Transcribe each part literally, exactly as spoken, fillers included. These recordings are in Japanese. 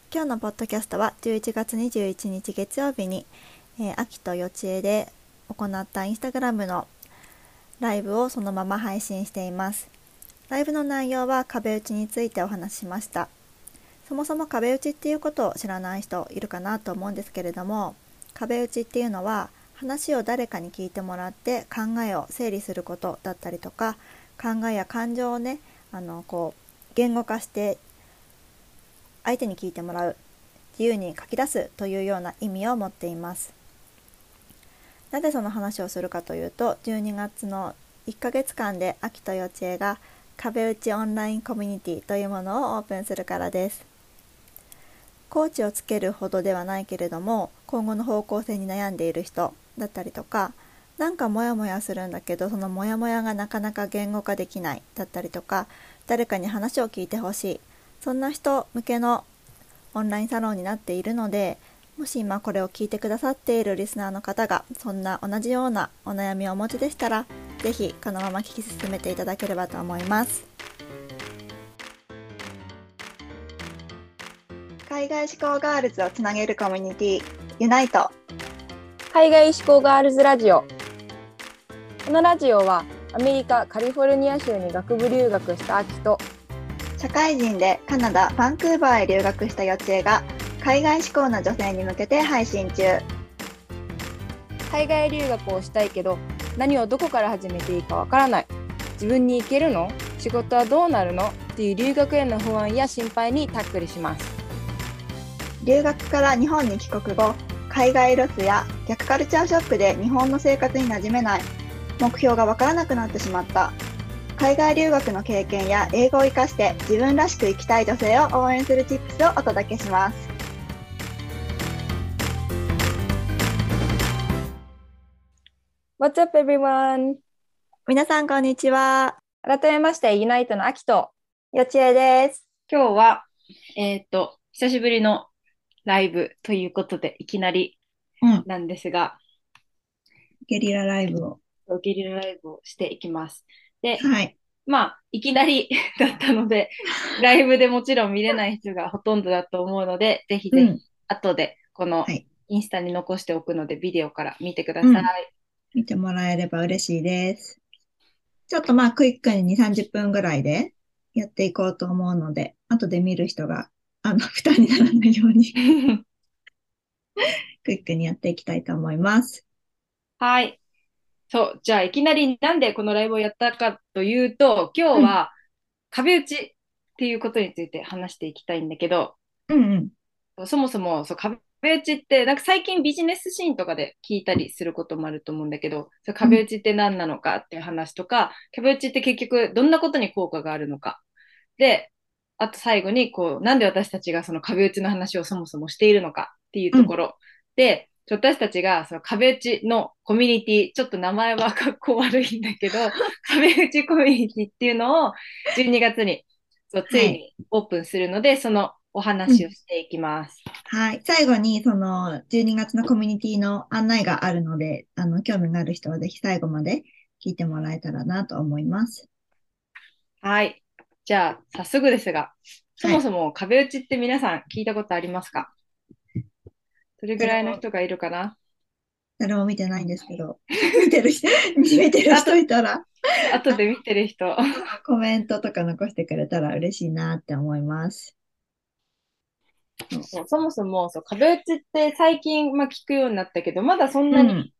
今日のポッドキャストはじゅういちがつにじゅういちにち月曜日に、えー、秋とよちえで行ったインスタグラムのライブをそのまま配信しています。ライブの内容は壁打ちについてお話ししました。そもそも壁打ちっていうことを知らない人いるかなと思うんですけれども、壁打ちっていうのは話を誰かに聞いてもらって考えを整理することだったりとか、考えや感情をね、あのこう言語化して相手に聞いてもらう、自由に書き出すというような意味を持っています。なぜその話をするかというと、じゅうにがつのいっかげつかんで秋とよちえが壁打ちオンラインコミュニティというものをオープンするからです。コーチをつけるほどではないけれども、今後の方向性に悩んでいる人だったりとか、なんかモヤモヤするんだけどそのモヤモヤがなかなか言語化できないだったりとか、誰かに話を聞いてほしい、そんな人向けのオンラインサロンになっているので、もし今これを聞いてくださっているリスナーの方がそんな同じようなお悩みをお持ちでしたら、ぜひこのまま聞き進めていただければと思います。海外志向ガールズをつなげるコミュニティユナイト、 海外志向ガールズラジオ。このラジオはアメリカカリフォルニア州に学部留学した秋と、 社会人でカナダバンクーバーへ留学したよちえが海外志向の女性に向けて配信中。 海外留学をしたいけど何をどこから始めていいかわからない、自分に行けるの、仕事はどうなるのっていう留学への不安や心配にタックルします。 留学から日本に帰国後、海外ロスや逆カルチャーショックで日本の生活に馴染めない、目標がわからなくなってしまった、海外留学の経験や英語を生かして自分らしく生きたい女性を応援するチップスをお届けします。 What's up everyone? 皆さんこんにちは。 改めましてユナイトの秋とよちえです。 今日は、えっと、久しぶりのライブということで、いきなりなんですが、 うん、ゲリラライブを。 ゲリラライブをしていきます。で、 はい、 まあ、いきなりだったので、ライブでもちろん見れない人がほとんどだと思うので、ぜひぜひ、後でこのインスタに残しておくので、ビデオから見てください。うん、 見てもらえれば嬉しいです。ちょっとまあ、クイックにに、さんじゅっぷんぐらいでやっていこうと思うので、後で見る人が、あの、負担にならないように、クイックにやっていきたいと思います。 はい。そう、じゃあいきなりなんでこのライブをやったかというと、今日は壁打ちっていうことについて話していきたいんだけど、 うんうん、そもそもそう壁打ちってなんか最近ビジネスシーンとかで聞いたりすることもあると思うんだけど、そ壁打ちって何なのかっていう話とか、壁打ちって結局どんなことに効果があるのか。で、あと最後にこう、なんで私たちがその壁打ちの話をそもそもしているのかっていうところ、うん、で、私たちがその壁打ちのコミュニティ、ちょっと名前はかっこ悪いんだけど、壁打ちコミュニティっていうのをじゅうにがつにそうついにオープンするので、はい、そのお話をしていきます。 うん、はい。最後にそのじゅうにがつのコミュニティの案内があるので、あの、興味がある人はぜひ最後まで聞いてもらえたらなと思います。 はい。じゃあ、早速ですが、そもそも壁打ちって皆さん聞いたことありますか？どれぐらいの人がいるかな？ 誰も見てないんですけど、見てる人、見てる人いたら。 後で見てる人。 コメントとか残してくれたら嬉しいなって思います。 そうそもそもそう壁打ちって最近、まあ、聞くようになったけど、まだそんなに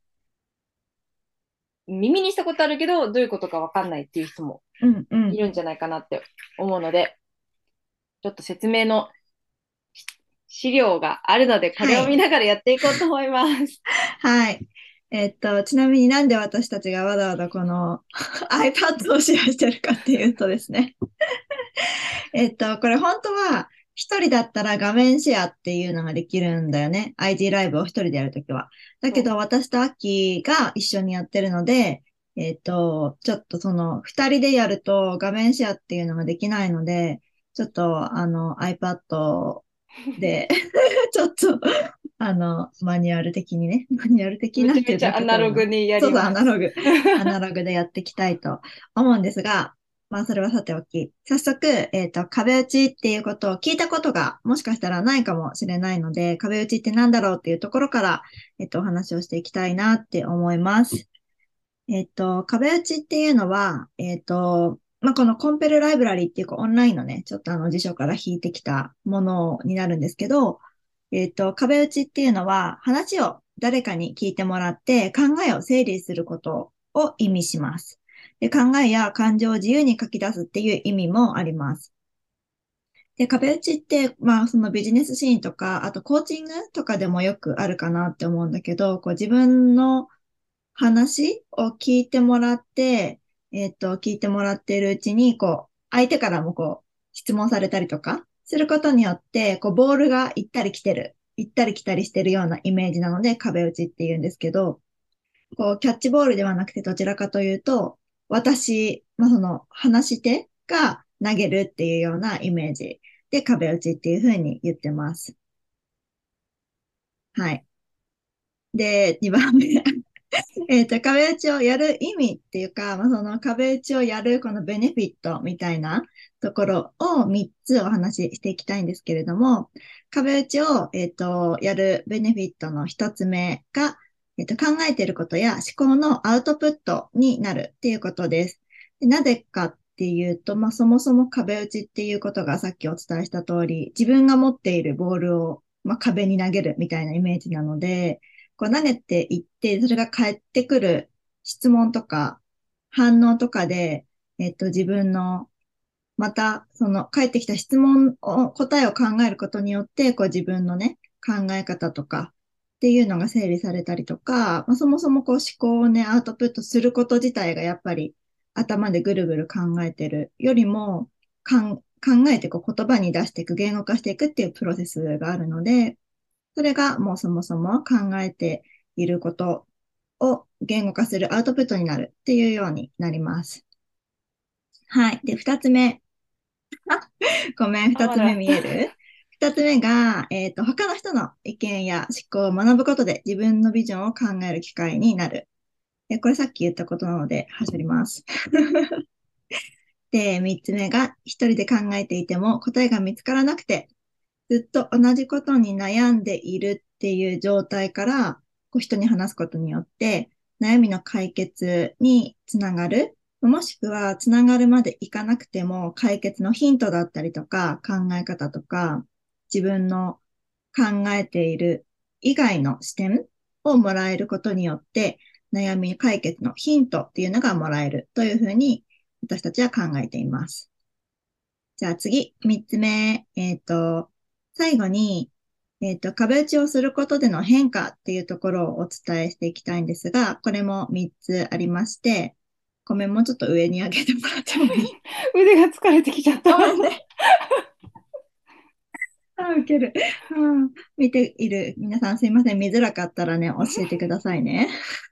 耳にしたことあるけど、どういうことかわかんないっていう人もいるんじゃないかなって思うので、ちょっと説明の資料があるので、これを見ながらやっていこうと思います。 はい。はい、えっと、ちなみになんで私たちがわざわざこのiPad をシェアしてるかっていうとですね。えっと、これ本当は一人だったら画面シェアっていうのができるんだよね。アイジー ライブを一人でやるときは。だけど私とアッキーが一緒にやってるので、えっと、ちょっとその二人でやると画面シェアっていうのができないので、ちょっとあの iPad で、ちょっと、あの、マニュアル的にね、マニュアル的になってめちゃめちゃアナログにやります。 そうそう、アナログ。アナログでやっていきたいと思うんですが、 まあ、それはさておき、早速、えっと、壁打ちっていうことを聞いたことがもしかしたらないかもしれないので、壁打ちって何だろうっていうところから、えっと、お話をしていきたいなって思います。えっと、壁打ちっていうのは、えっと、まあ、このコンペルライブラリっていうかオンラインのね、ちょっとあの辞書から引いてきたものになるんですけど、えっと、壁打ちっていうのは話を誰かに聞いてもらって考えを整理することを意味します。で、考えや感情を自由に書き出すっていう意味もあります。で、壁打ちって、まあ、そのビジネスシーンとか、あとコーチングとかでもよくあるかなって思うんだけど、こう自分の話を聞いてもらって、えっと、聞いてもらっているうちに、こう、相手からもこう、質問されたりとか、することによって、こう、ボールが行ったり来てる、行ったり来たりしてるようなイメージなので、壁打ちって言うんですけど、こう、キャッチボールではなくて、どちらかというと、私、まあ、その、話し手が投げるっていうようなイメージで、壁打ちっていうふうに言ってます。はい。で、にばんめ。えっと、壁打ちをやる意味っていうか、まあ、その壁打ちをやるこのベネフィットみたいなところをみっつお話ししていきたいんですけれども、壁打ちを、えっと、やるベネフィットのひとつめが、えっと、考えていることや思考のアウトプットになるっていうことです。でなぜかっていうと、まあ、そもそも壁打ちっていうことがさっきお伝えした通り、自分が持っているボールを、まあ、壁に投げるみたいなイメージなので、こう投げていって、それが返ってくる質問とか反応とかで、えっと、自分の、また、その返ってきた質問を、答えを考えることによって、こう自分のね、考え方とかっていうのが整理されたりとか、まあ、そもそもこう思考をね、アウトプットすること自体がやっぱり頭でぐるぐる考えてるよりも、かん考えてこう言葉に出していく、言語化していくっていうプロセスがあるので、それがもうそもそも考えていることを言語化するアウトプットになるっていうようになります。はい。で、二つ目。ごめん、 あ、 二つ目まだ。 見える？二つ目が、えっと、他の人の意見や思考を学ぶことで自分のビジョンを考える機会になる。でこれさっき言ったことなので走ります。で、三つ目が、一人で考えていても答えが見つからなくて、ずっと同じことに悩んでいるっていう状態から、こう人に話すことによって、悩みの解決につながる。もしくは、つながるまでいかなくても、解決のヒントだったりとか、考え方とか、自分の考えている以外の視点をもらえることによって、悩み解決のヒントっていうのがもらえるというふうに、私たちは考えています。じゃあ次、三つ目。えっと、最後に、えっと、壁打ちをすることでの変化っていうところをお伝えしていきたいんですが、これも三つありまして、ごめん、もうちょっと上に上げてもらってもいい？ 腕が疲れてきちゃった。 ごめんね。あ、ウケる。うん、見ている皆さんすいません。見づらかったらね、教えてくださいね。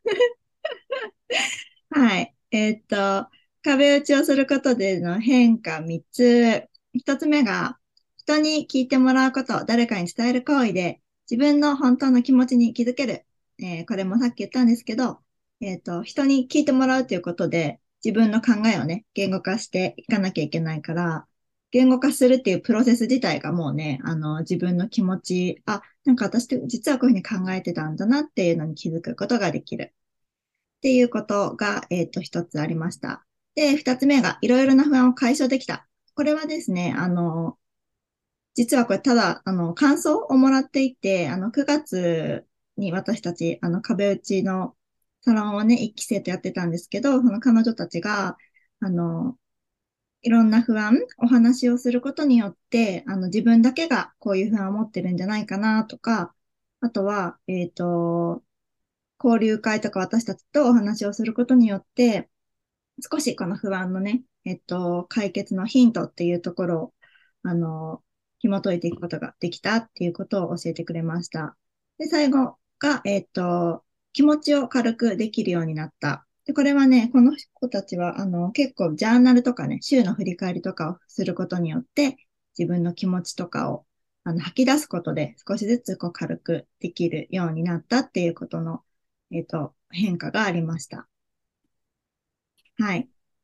はい。えっと、壁打ちをすることでの変化みっつ。ひとつめが、人に聞いてもらうこと、誰かに伝える行為で、自分の本当の気持ちに気づける。えーこれもさっき言ったんですけど、えっと、人に聞いてもらうということで、自分の考えをね、言語化していかなきゃいけないから、言語化するっていうプロセス自体がもうね、あの、自分の気持ち、あ、なんか私って実はこういうふうに考えてたんだなっていうのに気づくことができる。っていうことが、えっと、一つありました。で、二つ目が、いろいろな不安を解消できた。これはですね、あの、実はこれただ、あの、感想をもらっていて、あの、くがつに私たち、あの、壁打ちのサロンをね、一期生とやってたんですけど、その彼女たちが、あの、いろんな不安、お話をすることによって、あの、自分だけがこういう不安を持ってるんじゃないかなとか、あとは、えっと、交流会とか私たちとお話をすることによって、少しこの不安のね、えっと、解決のヒントっていうところを、あの、紐解いていくことができたっていうことを教えてくれました。で、最後が、えっと、気持ちを軽くできるようになった。で、これはね、この子たちは、あの、結構ジャーナルとかね、週の振り返りとかをすることによって、自分の気持ちとかを、あの、吐き出すことで少しずつこう軽くできるようになったっていうことの、えっと、変化がありました。はい。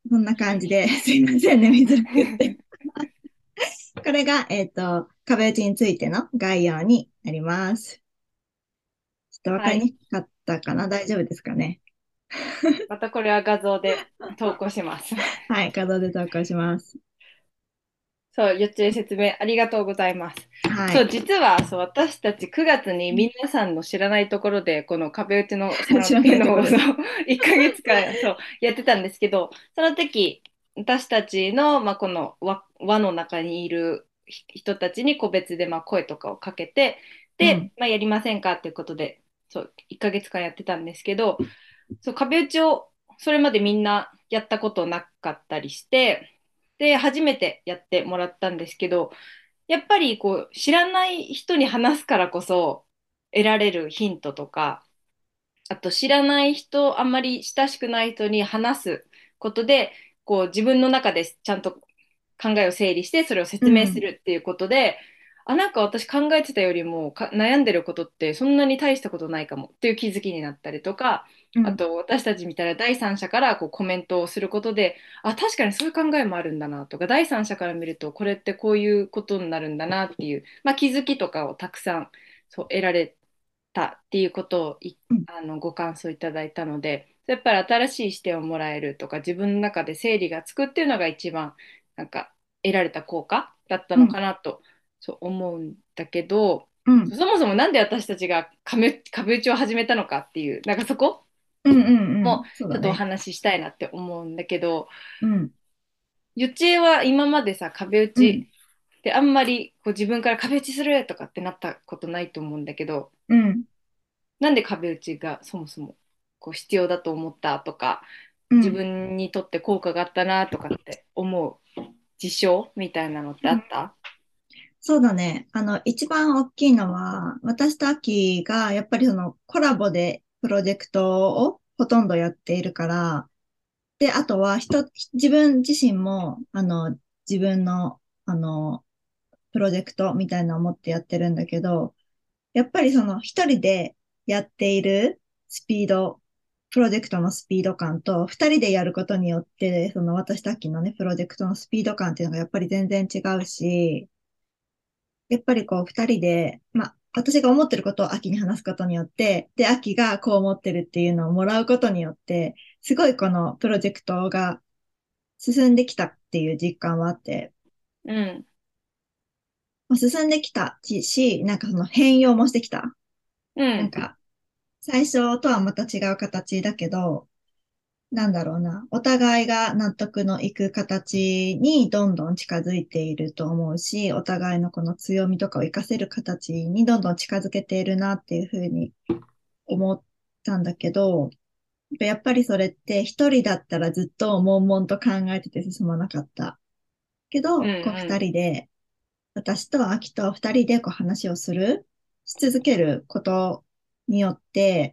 そんな感じで、すいませんね、見づらくって。これが、えっと、壁打ちについての概要になります。ちょっとわかはい。 りにくかったかな？大丈夫ですかね？ またこれは画像で投稿します。 はい、画像で投稿します。 そう、よっちで説明ありがとうございます。そう、 はい。 実はそう私たちくがつに皆さんの知らないところで、この壁打ちのサロンっ知らていうのをそうないところで。 いっかげつかんそうやってたんですけど、その時、私たちの、まあ、この輪、輪の中にいるひ人たちに個別でまあ声とかをかけて、で、 うん。 まあ、やりませんかっていうことで、そういっかげつかんやってたんですけど、そう壁打ちをそれまでみんなやったことなかったりして、で、初めてやってもらったんですけど、やっぱりこう知らない人に話すからこそ得られるヒントとか、あと知らない人、あんまり親しくない人に話すことで、こう自分の中でちゃんと考えを整理してそれを説明すうん。 るっていうことで、あ、なんか私考えてたよりもか悩んでることってそんなに大したことないかもっていう気づきになったりとか、 うん。 あと私たちみたいな第三者からこうコメントをすることで、あ、確かにそういう考えもあるんだなとか、第三者から見るとこれってこういうことになるんだなっていう、まあ、気づきとかをたくさんそう得られたっていうことをいうん。 あのご感想いただいたので、やっぱり新しい視点をもらえるとか、自分の中で整理がつくっていうのが一番なんか得られた効果だったのうん。 かなとそう思うんだけど、 うん。 そもそもなんで私たちが壁、壁打ちを始めたのかっていう、なんかそこうん。うん。うもん。そうちょっとおだね。 話ししたいなって思うんだけど、 うん。 ゆちえは今までさ、壁打うん。 ちってあんまりこう自分から壁打ちするとかってなったことないと思うんだけど、 うん。 なんで壁打ちがそもそもこう必要だと思ったとか、自うん。 分にとって効果があったなとかって思う事象みたいなのってあった？ そうだね。あの、一番大きいのは、私とアキが、やっぱりそのコラボでプロジェクトをほとんどやっているから、で、あとは人、自分自身も、あの、自分の、あの、プロジェクトみたいなのを持ってやってるんだけど、やっぱりその一人でやっているスピード、プロジェクトのスピード感と、二人でやることによって、その私とアキのね、プロジェクトのスピード感っていうのがやっぱり全然違うし、やっぱりこう、二人で、まあ、私が思ってることを秋に話すことによって、で、秋がこう思ってるっていうのをもらうことによって、すごいこのプロジェクトが進んできたっていう実感はあって、 うん、 まあ進んできたし、なんかその変容もしてきた。 うん、 なんか、最初とはまた違う形だけど、なんだろうな。お互いが納得のいく形にどんどん近づいていると思うし、お互いのこの強みとかを活かせる形にどんどん近づけているなっていうふうに思ったんだけど、やっぱりそれって一人だったらずっと悶々と考えてて進まなかった。けうん、 ど、こう二うん、 人で、私と秋と二人でこう話をする、し続けることによって、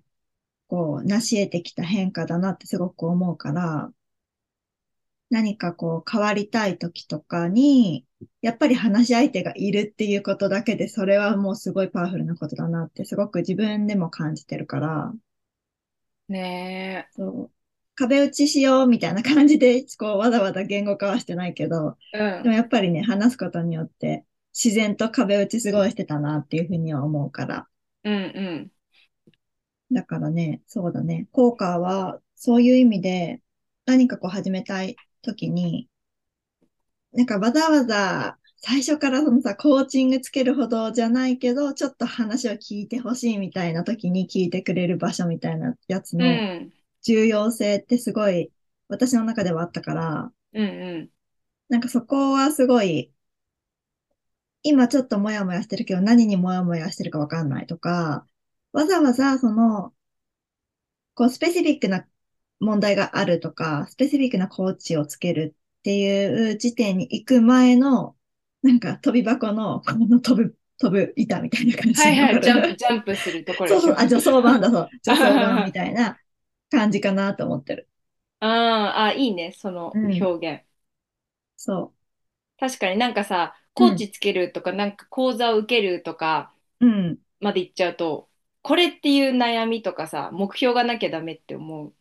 こう、成し得てきた変化だなってすごく思うから、何かこう変わりたい時とかに、やっぱり話し相手がいるっていうことだけで、それはもうすごいパワフルなことだなってすごく自分でも感じてるから、 ねそう、壁打ちしようみたいな感じで、こうわざわざ言語化はしてないけど、 え、うでもん、 やっぱりね、話すことによって自然と壁打ちすごいしてたなっていうふうには思うから。 うん、うん、 だからね、そうだね、効果はそういう意味で何かこう始めたい時に、なんかわざわざ最初からそのさ、コーチングつけるほどじゃないけど、ちょっと話を聞いてほしいみたいな時に聞いてくれる場所みたいなやつうのん、 重要性ってすごい私の中ではあったから、 うん、うん、 なんかそこはすごい、今ちょっともやもやしてるけど何にもやもやしてるかわかんないとか、わざわざその、こうスペシフィックな問題があるとか、スペシフィックなコーチをつけるっていう時点に行く前の、なんか飛び箱の、この飛ぶ、飛ぶ板みたいな感じ。わはいはい、ジャンプ、 かる？ ジャンプするところでしょ。 そうそう、あ、助走板だ、そう。助走板みあたいな感じかなと思ってる。 あ、あ、いいね、そのうん。 表現。 そ確かになんかさ、 う。うん。 コーチつけるとか、なんか講座を受けるとかうん。 までいっちゃうと、これっていう悩みとかさ、目標がなきゃダメって思う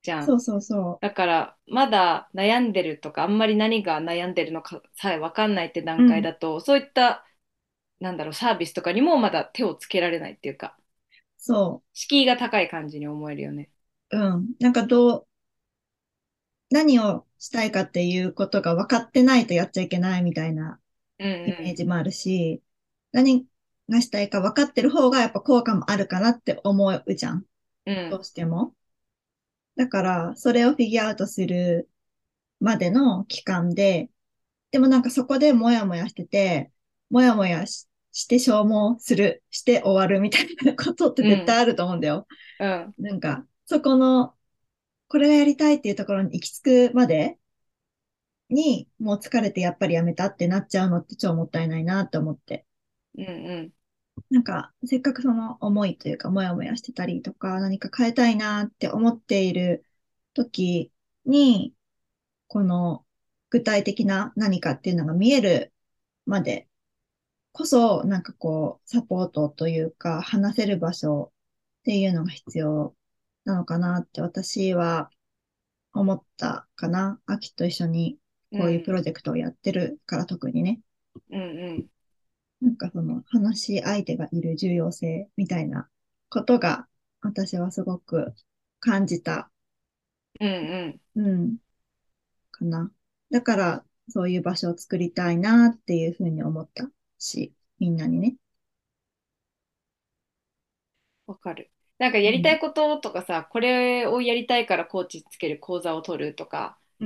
じゃん。 そうそうそだから、まだ悩んでるとか、あんまり何が悩んでるのかさえ分かんないってう。 段うん。 階だと、そういった、なんだろう、サービスとかにもまだ手をつけられないっていうか、 そ敷居が高い感じに思えるよね。 う。うん。なんかどう、何をしたいかっていうことが分かってないとやっちゃいけないみたいなうんイメーうジもあるし、何がしたいか分かってる方がやっぱ効果もあるかなって思うじゃん。 ん。うどうん。 しても。だから、それをフィギュアアウトするまでの期間で、でもなんかそこでもやもやしてて、もやもやし、して消耗する、して終わるみたいなことってうん。 絶対あると思うんだよ。 うん。 なんか、そこの、これがやりたいっていうところに行き着くまでに、もう疲れてやっぱりやめたってなっちゃうのって超もったいないなって思って。 うん。 なんか、せっかくその思いというか、もやもやしてたりとか、何か変えたいなって思っている時に、この具体的な何かっていうのが見えるまでこそ、なんかこう、サポートというか、話せる場所っていうのが必要なのかなって私は思ったかな。秋と一緒にうん。 こういうプロジェクトをやってるから特にね。 うん。うん。 なんかその話し相手がいる重要性みたいなことが私はすごく感じた。 うん。うん。 うん、かな。だからそういう場所を作りたいなっていうふうに思ったし、みんなにね。 わかる。なんかやりたうん。 いこととかさ、これをやりたいからコーチつける講座を取るとか、 うん。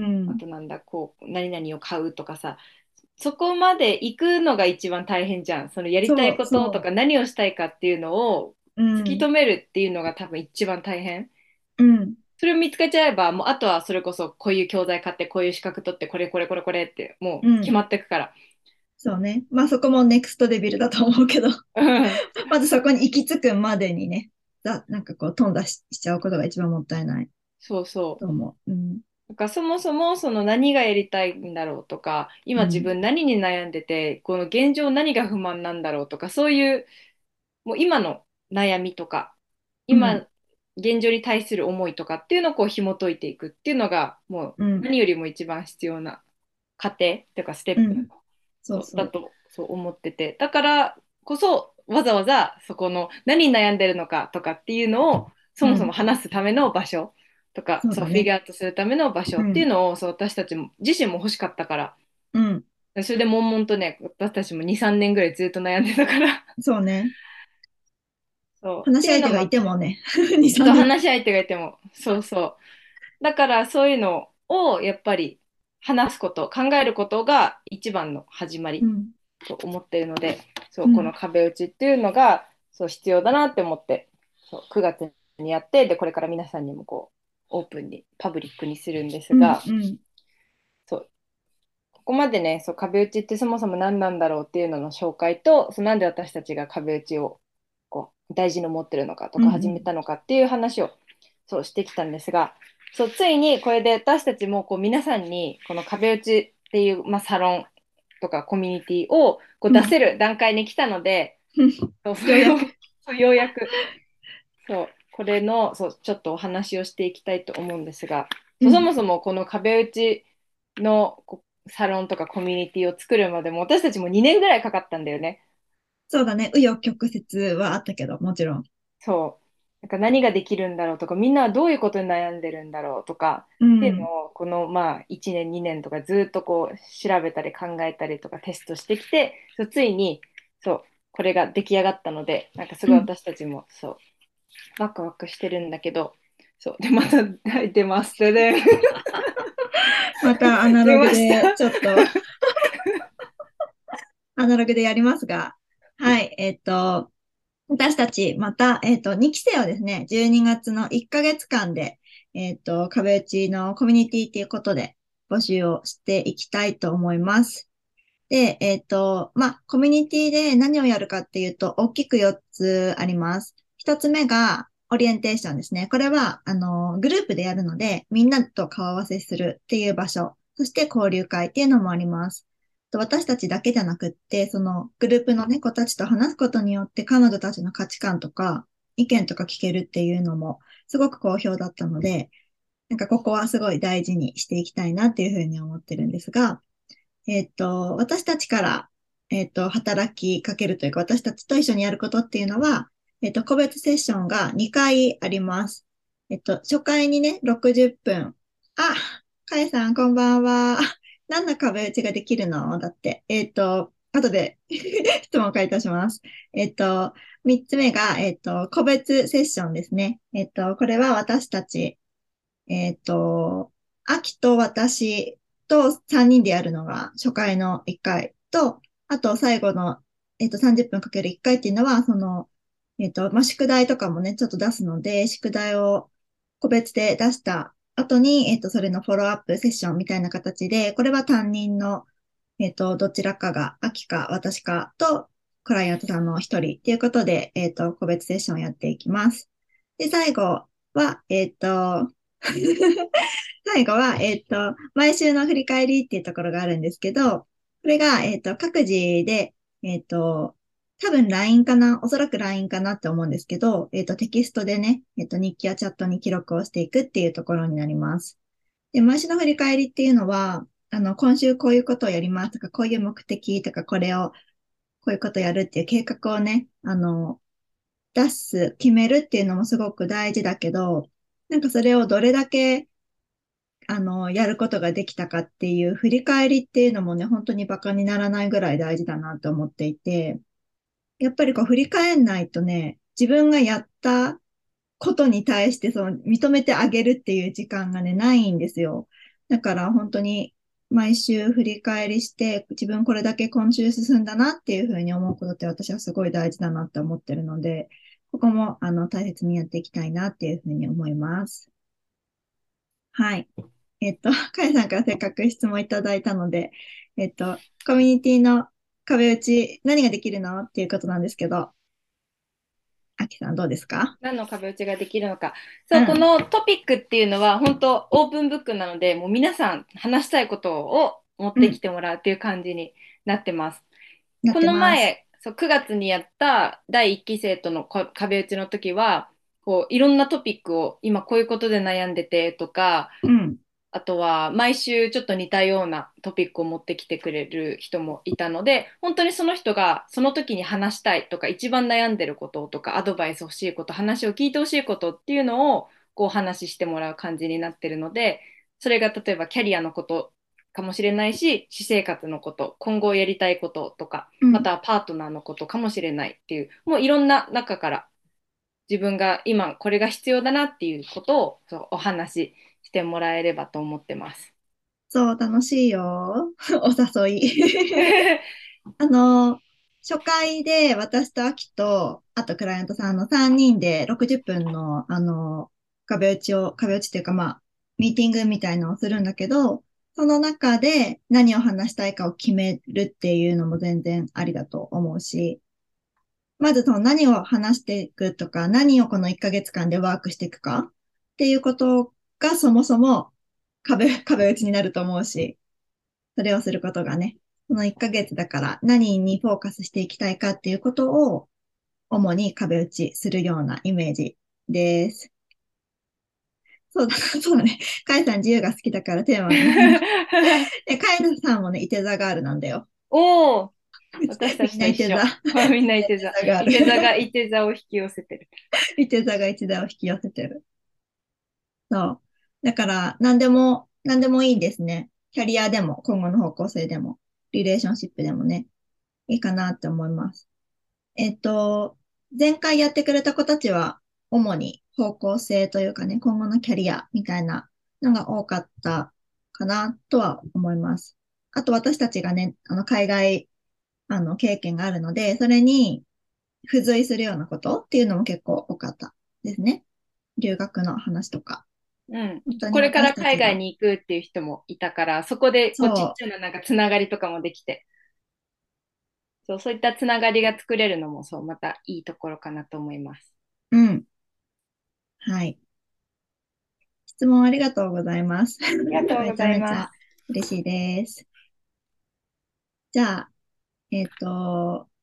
あとなんだ、こう、何々を買うとかさ、そこまで行くのが一番大変じゃん。そのやりたいそう、 こととかそ何をしたいかっていうのをう。う突きん。 止めるっていうのが多分一番大変。 うん。 それを見つけちゃえば、もうあとはそれこそこういう教材買って、こういう資格取って、これこれこれこれってもう決うん。 まってくから。 そうね。まあそこもネクストデビルだと思うけど、 うん。 まずそこに行き着くまでにね、だ、なんかこう、頓挫し、しちゃうことが一番もったいないそうそう。 と思う。うん。 なんかそもそもその何がやりたいんだろうとか、今自うん。 分何に悩んでて、この現状何が不満なんだろうとか、そういうもう今の悩みとか、 うん。 今現状に対する思いとかっていうのをこう紐解いていくっていうのが、もううん。 何よりも一番必要な過程というかステップ、 うん。そうそうだそとそう思ってて、だからこそわざわざそこの何に悩んでるのかとかっていうのをそう。うもそもん。 話すための場所とか、そうフィギそうだね。 ュアアウトするための場所っていううん。 のをそう私たちも自身も欲しかったから、 うん。 それで悶々とね、私たちもに、さんねんぐらいずっと悩んでたから、 そうね。 そうっていう話し相手がいのもあって、 てもね、に、 そうさんねん。 話し相手がいても、そうそう。だからそういうのをやっぱり話すこと、考えることが一番の始まりうん。 と思っているので、そう、このうん。 壁打ちっていうのがそう必要だなって思って、そうくがつにやって、で、これから皆さんにもこう、オープンに、パブリックにするんですうん。 が、 うん。 そう、ここまでね、そう、壁打ちってそもそも何なんだろうっていうのの紹介と、そうなんで私たちが壁打ちをこう大事に思ってるのかとうん。 かうん。 始めたのかっていう話をそうしてきたんですが、そうついにこれで私たちもこう皆さんにこの壁打ちっていう、まあ、サロンとかコミュニティをこううん。 出せる段階に来たので、そうそれをようやく。 そうようやくそうこれのそうちょっとお話をしていきたいと思うんですが、そうそうん。 もそもこの壁打ちのこうサロンとかコミュニティを作るまでも私たちもにねんぐらいかかったんだよね。 そうだね。紆余曲折はあったけど、もちろん。 そう。なんか何ができるんだろうとか、みんなはどういうことに悩んでるんだろうとか、っていううん。 のを、このまあいちねん、にねんとかずっとこう調べたり考えたりとかテストしてきて、そうついに、そう、これが出来上がったので、なんかすごいうん。 私たちも、そう、ワクワクしてるんだけど、そう、で、また、はい、出ます。でね、 またアナログ出ました。 でちょっとアナログでやりますが、はい、えっと、私たち、また、えっと、にきせい期生をですね、じゅうにがつのいっかげつかんで、えっと、壁打ちのコミュニティということで募集をしていきたいと思います。で、えっと、まあ、コミュニティで何をやるかっていうと、大きくよっつあります。ひとつめが、オリエンテーションですね。これは、あの、グループでやるので、みんなと顔合わせするっていう場所。そして交流会っていうのもあります。と私たちだけじゃなくって、そのグループのね、子たちと話すことによって彼女たちの価値観とか意見とか聞けるっていうのもすごく好評だったので、 なんかここはすごい大事にしていきたいなっていうふうに思ってるんですが、えっと、私たちから、えっと、働きかけるというか、私たちと一緒にやることっていうのは、えっと、個別セッションがにかいあります。えっと、初回にね、ろくじゅっぷん。あ、かえさん、こんばんは。何の壁打ちができるのだって。えっと、後で質問を返いたします。えっと、三つ目が、えっと、個別セッションですね。えっと、これは私たち、えっと、秋と私とさんにんでやるのが初回のいっかいと、あと最後の、えっと、さんじゅっぷんかけるいっかいっていうのは、その、えっと、まあ、宿題とかもね、ちょっと出すので、宿題を個別で出した後に、えっと、それのフォローアップセッションみたいな形で、これは担任の、えっと、どちらかが、秋か私かと、クライアントさんの一人っていうことで、えっと、個別セッションをやっていきます。で、最後は、えっと、最後は、えっと、毎週の振り返りっていうところがあるんですけど、これが、えっと、各自で、えっと、多分 ライン かなおそらく ライン かなって思うんですけど、えっと、テキストでね、えっと、日記やチャットに記録をしていくっていうところになります。で、毎週の振り返りっていうのは、あの、今週こういうことをやりますとか、こういう目的とか、これを、こういうことやるっていう計画をね、あの、出す、決めるっていうのもすごく大事だけど、なんかそれをどれだけあの、やることができたかっていう振り返りっていうのもね、本当にバカにならないぐらい大事だなと思っていて、やっぱりこう振り返んないとね、自分がやったことに対してその認めてあげるっていう時間がね、ないんですよ。だから本当に毎週振り返りして、自分これだけ今週進んだなっていうふうに思うことって私はすごい大事だなって思ってるので、ここもあの大切にやっていきたいなっていうふうに思います。はい。えっと、かやさんからせっかく質問いただいたので、えっと、コミュニティの壁打ち、何ができるのっていうことなんですけど、あきさんどうですか？ 何の壁打ちができるのか。そう、こうん、 のトピックっていうのは本当オープンブックなので、もう皆さん話したいことを持っうん、 てきてもらうっていう感じになってます。 なっこのてます。 前、そう、くがつにやっただいいっき生とのこ壁打ちの時は、こういろんなトピックを今こういうことで悩んでてとか、 うん、 あとは毎週ちょっと似たようなトピックを持ってきてくれる人もいたので、本当にその人がその時に話したいとか、一番悩んでることとか、アドバイス欲しいこと、話を聞いてほしいことっていうのをこう話してもらう感じになってるので、それが例えばキャリアのことかもしれないし、私生活のこと、今後やりたいこととか、 うん。 またはパートナーのことかもしれないっていう、もういろんな中から自分が今これが必要だなっていうことをそうお話ししてもらえればと思ってます。 そう、楽しいよ。お誘い。あの、初回で私とアキと、あとクライアントさんのさんにんでろくじゅっぷんの、あの、壁打ちを、壁打ちというかまあ、ミーティングみたいのをするんだけど、その中で何を話したいかを決めるっていうのも全然ありだと思うし、まずその何を話していくとか、何をこのいっかげつかんでワークしていくかっていうことがそもそも壁、壁打ちになると思うし、それをすることがね、このいっかげつだから何にフォーカスしていきたいかっていうことを主に壁打ちするようなイメージです。そうだ、そうだね。カイさん自由が好きだからテーマがね。で、カイさんもね、いて座ガールなんだよ。 おお、私たみんないて座。 ちと一緒。みんないて座。 いて座ガール。 いて座がいて座を引き寄せてる。 いて座が一座を引き寄せてる。そう。だから、何でも、何でもいいですね。キャリアでも、今後の方向性でも、リレーションシップでもね、いいかなって思います。えっと、前回やってくれた子たちは、主に方向性というかね、今後のキャリアみたいなのが多かったかなとは思います。あと私たちがね、あの、海外、あの、経験があるので、それに付随するようなことっていうのも結構多かったですね。留学の話とか。 うん。 本当にこれから私たちが、 海外に行くっていう人もいたから、そこでこうちっそちゃななんかつながりとかもできて、そう、そういったつながりが作れるのもそう、またいいところかなと思います。 う、うん、はい。質問ありがとうございます。めちゃありがとうございめちゃます。 嬉しいです。じゃあ、えっと、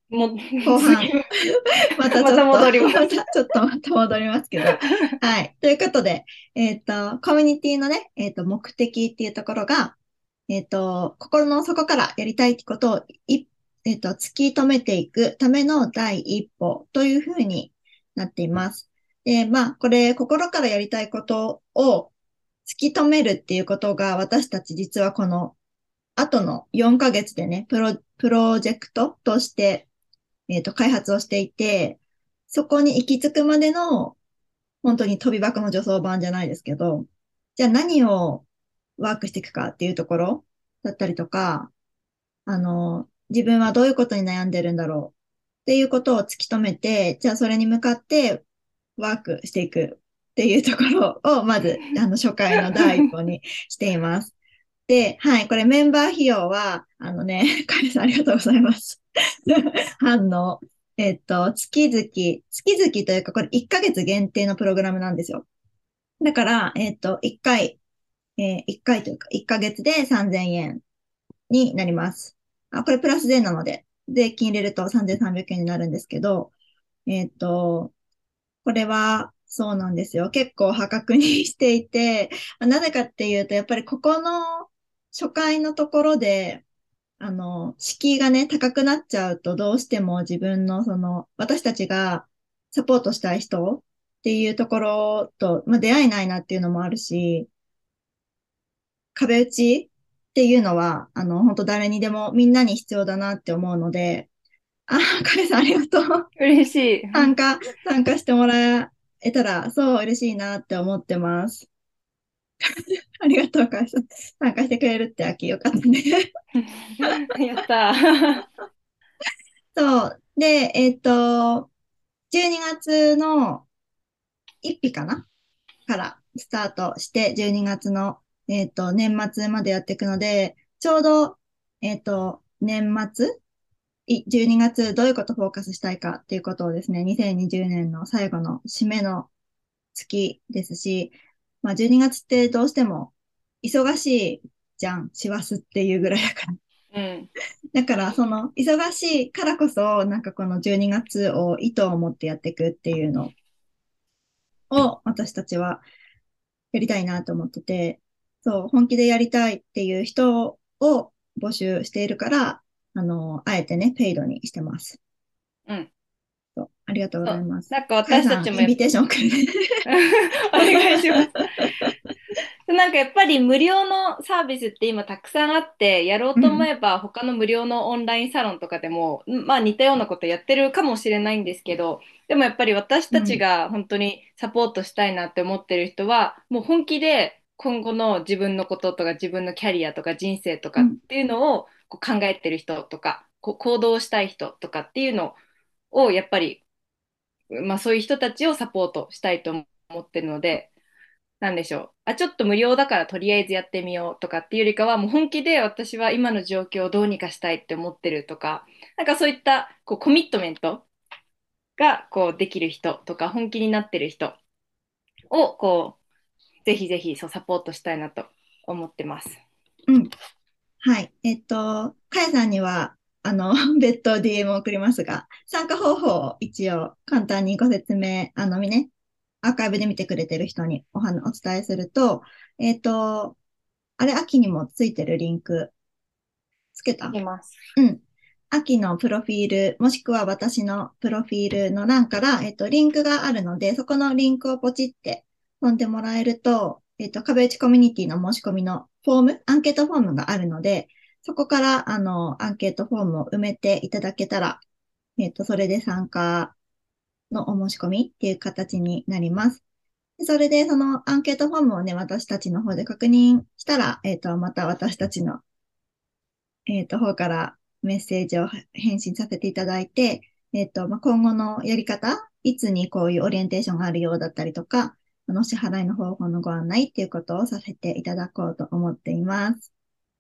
も後半、またちょっと、 また戻ります。 またちょっとまた戻りますけど。はい。ということで、えっと、コミュニティのね、えっと、目的っていうところが、えっと、心の底からやりたいってことを、い、えっと、突き止めていくための第一歩というふうになっています。で、まあ、これ、心からやりたいことを突き止めるっていうことが、私たち実はこの後のよんかげつでね、プロ、プロジェクトとして、えっと、開発をしていて、そこに行き着くまでの、本当に飛び箱の助走版じゃないですけど、じゃあ何をワークしていくかっていうところだったりとか、あの、自分はどういうことに悩んでるんだろうっていうことを突き止めて、じゃあそれに向かってワークしていくっていうところを、まず、あの、初回の第一歩にしています。で、はい、これメンバー費用は、あのね、カエさんありがとうございます。反応。えっと、月々、月々というか、これいっかげつ限定のプログラムなんですよ。だから、えっと、いっかい、えー、いっかいというか、いっかげつでさんぜんえんになります。あ、これプラス税なので、税金入れるとさんぜんさんびゃくえんになるんですけど、えっと、これは、そうなんですよ。結構破格にしていて、なぜかっていうと、やっぱりここの初回のところで、あの、敷居がね、高くなっちゃうと、どうしても自分の、その、私たちがサポートしたい人っていうところと、まあ、出会えないなっていうのもあるし、壁打ちっていうのは、あの、本当誰にでもみんなに必要だなって思うので、あ、カエさんありがとう。 嬉しい。 参加、参加してもらえたら、そう嬉しいなって思ってます。ありがとう、カエさん。参加してくれるって秋よかったね。 やったー。 そう。で、えっと、じゅうにがつのついたちかなからスタートして、じゅうにがつの、えっと、年末までやっていくので、ちょうど、えっと、年末いじゅうにがつどういうことをフォーカスしたいかっていうことをですね、にせんにじゅうねんの最後の締めの月ですし、まあじゅうにがつってどうしても忙しいじゃん、師走っていうぐらいだから。 うん。 だからその忙しいからこそ、なんかこのじゅうにがつを意図を持ってやっていくっていうのを私たちはやりたいなと思ってて、そう、本気でやりたいっていう人を募集しているから、あの、あえてね、ペイドにしてます。 うん。 そう、ありがとうごそう。 ざいます。 なんかかやさん、 私たちもやっインビテーション送るね。 お願いします。なんかやっぱり無料のサービスって今たくさんあって、やろうと思うん、 えば他の無料のオンラインサロンとかでも、んまあ似たようなことやってるかもしれないんですけど、でもやっぱり私たちうん、 が本当にサポートしたいなって思ってる人は、もう本気で今後の自分のこととか自分のキャリアとか人生とかっうん、 ていうのをこう考えてる人とか、こう行動したい人とかっていうのをやっぱり、まあそういう人たちをサポートしたいと思ってるので、なんでしょう。あ、ちょっと無料だからとりあえずやってみようとかっていうよりかは、もう本気で私は今の状況をどうにかしたいって思ってるとか、なんかそういったこうコミットメントがこうできる人とか、本気になってる人をこう、ぜひぜひそうサポートしたいなと思ってます。 うん。はい。えっと、かやさんには、あの、別途 ディーエム を送りますが、参加方法を一応簡単にご説明、あの、ね、アーカイブで見てくれてる人にお話、お伝えすると、えっと、あれ、秋にもついてるリンク、つけたいます。 うん。秋のプロフィール、もしくは私のプロフィールの欄から、えっと、リンクがあるので、そこのリンクをポチって飛んでもらえると、えっと、壁打ちコミュニティの申し込みのフォーム、アンケートフォームがあるので、そこから、あの、アンケートフォームを埋めていただけたら、えっと、それで参加のお申し込みっていう形になります。でそれで、そのアンケートフォームをね、私たちの方で確認したら、えっと、また私たちのえっと、方からメッセージを返信させていただいて、えっと、まあ、今後のやり方、いつにこういうオリエンテーションがあるようだったりとか、あの、支払いの方法のご案内っていうことをさせていただこうと思っています。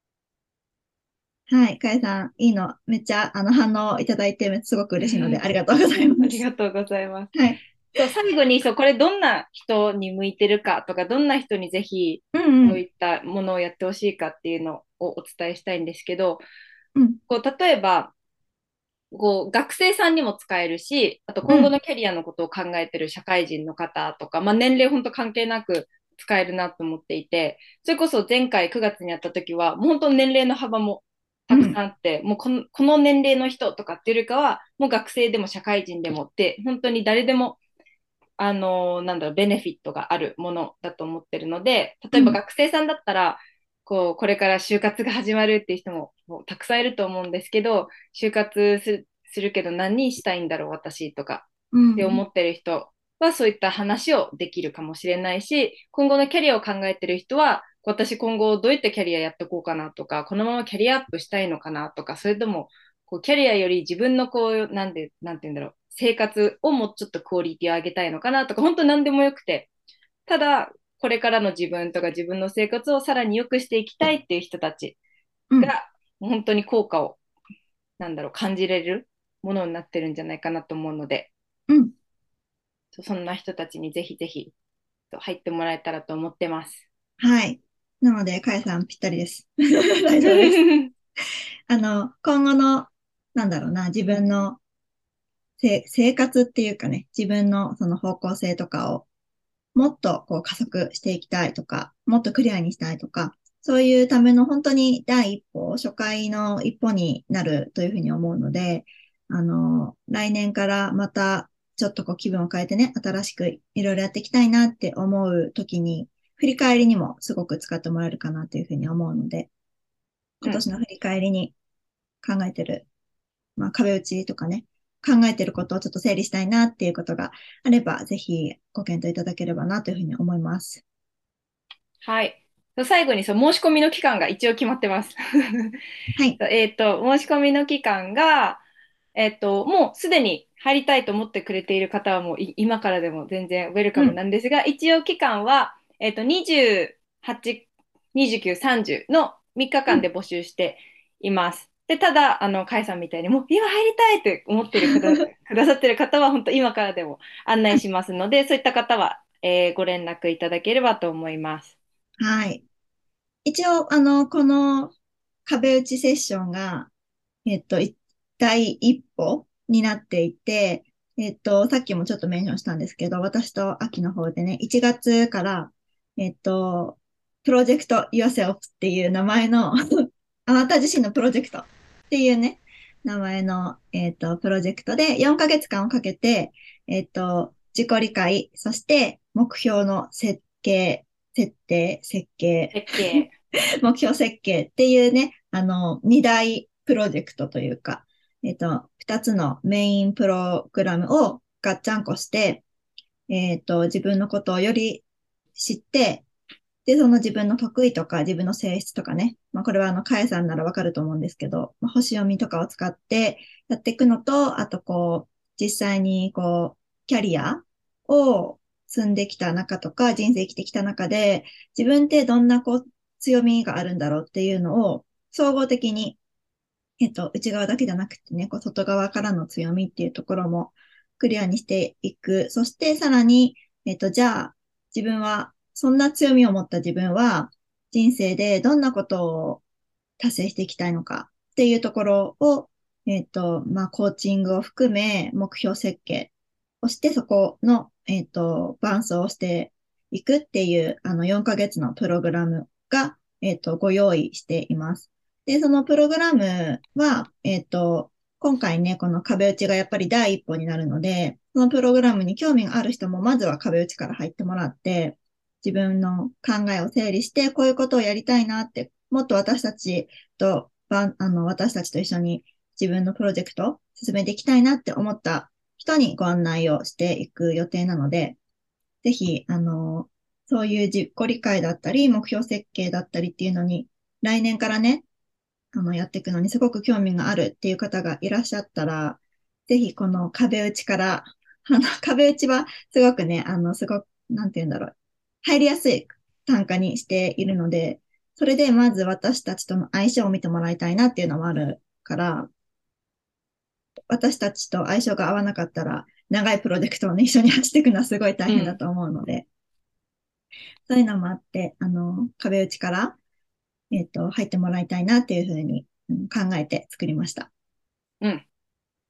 はい。かえさん、いいの、めっちゃ、あの、反応いただいて、すごく嬉しいので、ありがとうございまありす。 がとうございます。 はい。 そう、最後に、そう、これどんな人に向いてるかとか、どんな人にぜひ、 うんうん。 こういったものをやってほしいかっていうのをお伝えしたいんですけど、 うん。 こう、例えば、 こう学生さんにも使えるし、あとうん、 今後のキャリアのことを考えてる社会人の方とか、まあ、年齢本当関係なく使えるなと思っていて、それこそ前回くがつにやった時は、もう本当年齢の幅もたくうん、 さんあって、もうこのこの年齢の人とかっていうよりかは、もう学生でも社会人でもって、本当に誰でもあの、なんだろう、ベネフィットがあるものだと思ってるので、例えばうん、 学生さんだったら、こう、これから就活が始まるっていう人ももうたくさんいると思うんですけど、就活する、するけど何したいんだろう、私とかうん、 って思ってる人は、そういった話をできるかもしれないし、今後のキャリアを考えてる人は、私今後どういったキャリアやっていこうかなとか、このままキャリアアップしたいのかなとか、それとも、こうキャリアより自分のこう、なんで、なんて言うんだろう、生活をもうちょっとクオリティを上げたいのかなとか、本当何でもよくて、ただ、これからの自分とか自分の生活をさらに良くしていきたいっていう人たちうん、 が、本当に効果を、なんだろう、感じれるものになってるんじゃないかなと思うので、 うん。 そんな人たちにぜひぜひ入ってもらえたらと思ってます。 はい。なので、かやさんぴったりです。大丈夫です。あの、今後の、なんだろうな、自分のせ生活っていうかね、自分のその方向性とかをもっとこう加速していきたいとか、もっとクリアにしたいとか、そういうための本当に第一歩、初回の一歩になるというふうに思うので、あの、来年からまたちょっとこう気分を変えてね、新しくいろいろやっていきたいなって思うときに、振り返りにもすごく使ってもらえるかなというふうに思うので、 うん。 今年の振り返りに考えてる、まあ壁打ちとかね、考えてることをちょっと整理したいなっていうことがあれば、ぜひご検討いただければなというふうに思います。 はい。最後にそう申し込みの期間が一応決まってます。 はい。 えっと、申し込みの期間が、えっと、もうすでに入りたいと思ってくれている方はもうい今からでも全然ウェルカムうん。 なんですが、一応期間は、えっと、にじゅうはち、にじゅうく、さんじゅうのみっかかんうん。 で募集しています。で、ただ、あの、カイさんみたいにもう今入りたいって思ってるくだ、くださってる方は本当今からでも案内しますので、そういった方は、えーご連絡いただければと思います。 はい。一応、あの、この壁打ちセッションが、えっと、い第一歩になっていて、えっと、さっきもちょっとメンションしたんですけど、私と秋の方でね、いちがつから、えっと、プロジェクト Yourself っていう名前のあなた自身のプロジェクトっていうね、名前の、えっと、プロジェクトでよんかげつかんをかけて、えっと、自己理解、そして目標の設計、設定、設計、 設計。 目標設計っていうね、あの、二大プロジェクトというか、えっと、二つのメインプログラムをガッチャンコして、えっと、自分のことをより知って、で、その自分の得意とか自分の性質とかね、まあ、これはあの、カエさんならわかると思うんですけど、まあ、星読みとかを使ってやっていくのと、あとこう、実際にこう、キャリアを積んできた中とか、人生生きてきた中で、自分ってどんなこう、強みがあるんだろうっていうのを、総合的に、えっと、内側だけじゃなくてね、こう、外側からの強みっていうところもクリアにしていく。そしてさらに、えっと、じゃあ、自分は、そんな強みを持った自分は、人生でどんなことを達成していきたいのかっていうところを、えっと、まあ、コーチングを含め、目標設計をして、そこの、えっと、伴走をしていくっていう、あの、よんかげつのプログラムが、えっと、ご用意しています。で、そのプログラムは、えっと、今回ね、この壁打ちがやっぱり第一歩になるので、そのプログラムに興味がある人も、まずは壁打ちから入ってもらって、自分の考えを整理して、こういうことをやりたいなって、もっと私たちと、ばあの、私たちと一緒に自分のプロジェクトを進めていきたいなって思った人にご案内をしていく予定なので、ぜひ、あの、そういう自己理解だったり、目標設計だったりっていうのに、来年からね、あの、やっていくのにすごく興味があるっていう方がいらっしゃったら、ぜひこの壁打ちから、あの、壁打ちはすごくね、あの、すごく、なんて言うんだろう、入りやすい単価にしているので、それでまず私たちとの相性を見てもらいたいなっていうのもあるから、私たちと相性が合わなかったら、長いプロジェクトをね、一緒に走っていくのはすごい大うん。 変だと思うので、そういうのもあって、あの、壁打ちから、えっと、入ってもらいたいなっていうふうに、うん考えて作りました。 うん。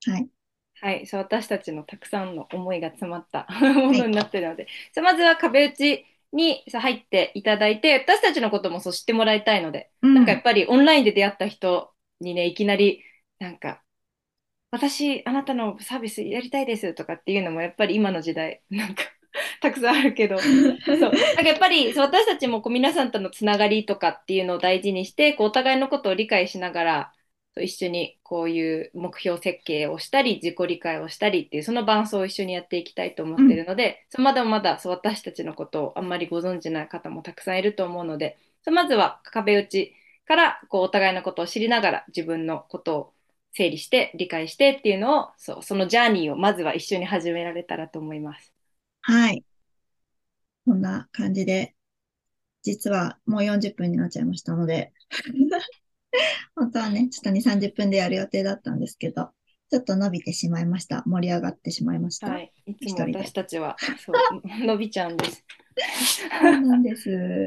はい。 はい、そう、私たちのたくさんの思いが詰まったもはい。 のになってるので、そうまずは壁打ちにそう入っていただいて、私たちのこともそう知ってもらいたいので、 うん。 なんかやっぱりオンラインで出会った人にね、いきなり、なんか、私、あなたのサービスやりたいですとかっていうのも、やっぱり今の時代、なんかたくさんあるけど、そう、なんかやっぱりそう私たちもこう皆さんとのつながりとかっていうのを大事にして、こうお互いのことを理解しながら、そう一緒にこういう目標設計をしたり、自己理解をしたりっていう、その伴走を一緒にやっていきたいと思っていうん。 るので、そうまだまだそう私たちのことをあんまりご存じない方もたくさんいると思うので、そうまずは壁打ちからこうお互いのことを知りながら自分のことを整理して理解してっていうのを、そう、そのジャーニーをまずは一緒に始められたらと思います。 はい。こんな感じで、実はもうよんじゅっぷんになっちゃいましたので、本当はね、ちょっとに、さんじゅっぷんでやる予定だったんですけど、ちょっと伸びてしまいました。盛り上がってしまいました。 はい。いつも私一人で。 たちは、そう、伸びちゃうんです。 そうなんです。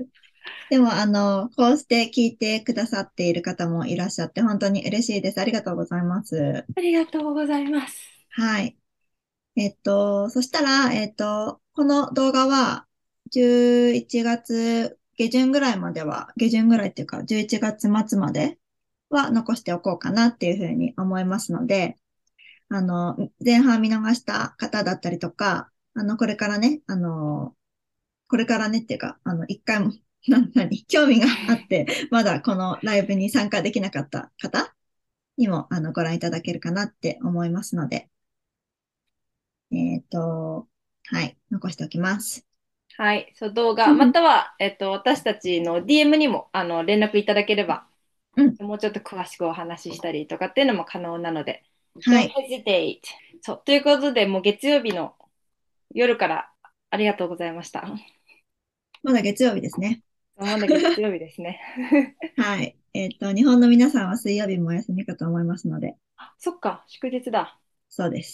でも、あの、こうして聞いてくださっている方もいらっしゃって、本当に嬉しいです。ありがとうございます。 ありがとうございます。 はい。えっと、そしたら、えっと、この動画は、じゅういちがつ下旬ぐらいまでは、下旬ぐらいっていうか、じゅういちがつ末までは残しておこうかなっていうふうに思いますので、あの、前半見逃した方だったりとか、あの、これからね、あの、これからねっていうか、あの、一回も、な、何、興味があって、まだこのライブに参加できなかった方にも、あの、ご覧いただけるかなって思いますので、えっと、はい、残しておきます。 はい。そう、動画、または、えっと、私たちの ディーエム にも、あの、連絡いただければ、 うん、 もうちょっと詳しくお話ししたりとかっていうのも可能なので、 は Don't い。 hesitate. そう、ということで、もう月曜日の夜からありがとうございました。 まだ月曜日ですね。 まだ月曜日ですね。 はい。えっと、日本の皆さんは水曜日もお休みかと思いますので、 そっか、祝日だ。 そうです。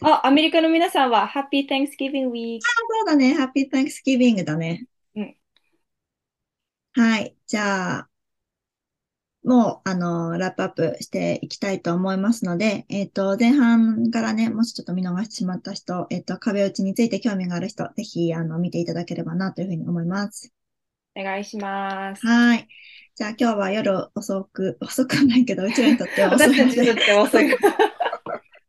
あ、アメリカの皆さんは Happy Thanksgiving Week。 そうだね。ハッピー Thanksgiving だね。 うん。 はい。じゃあ、もう、あの、ラップアップしていきたいと思いますので、えっと、前半からね、もしちょっと見逃してしまった人、えっと、壁打ちについて興味がある人、ぜひ、あの、見ていただければなというふうに思います。 お願いします。 はい。じゃあ、今日は夜遅く、遅くはないけど、うちらにとっては遅いので、 私たちにとっては遅い。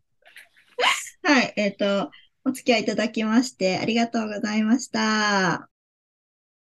はい。えっと、お付き合いいただきまして、ありがとうございました。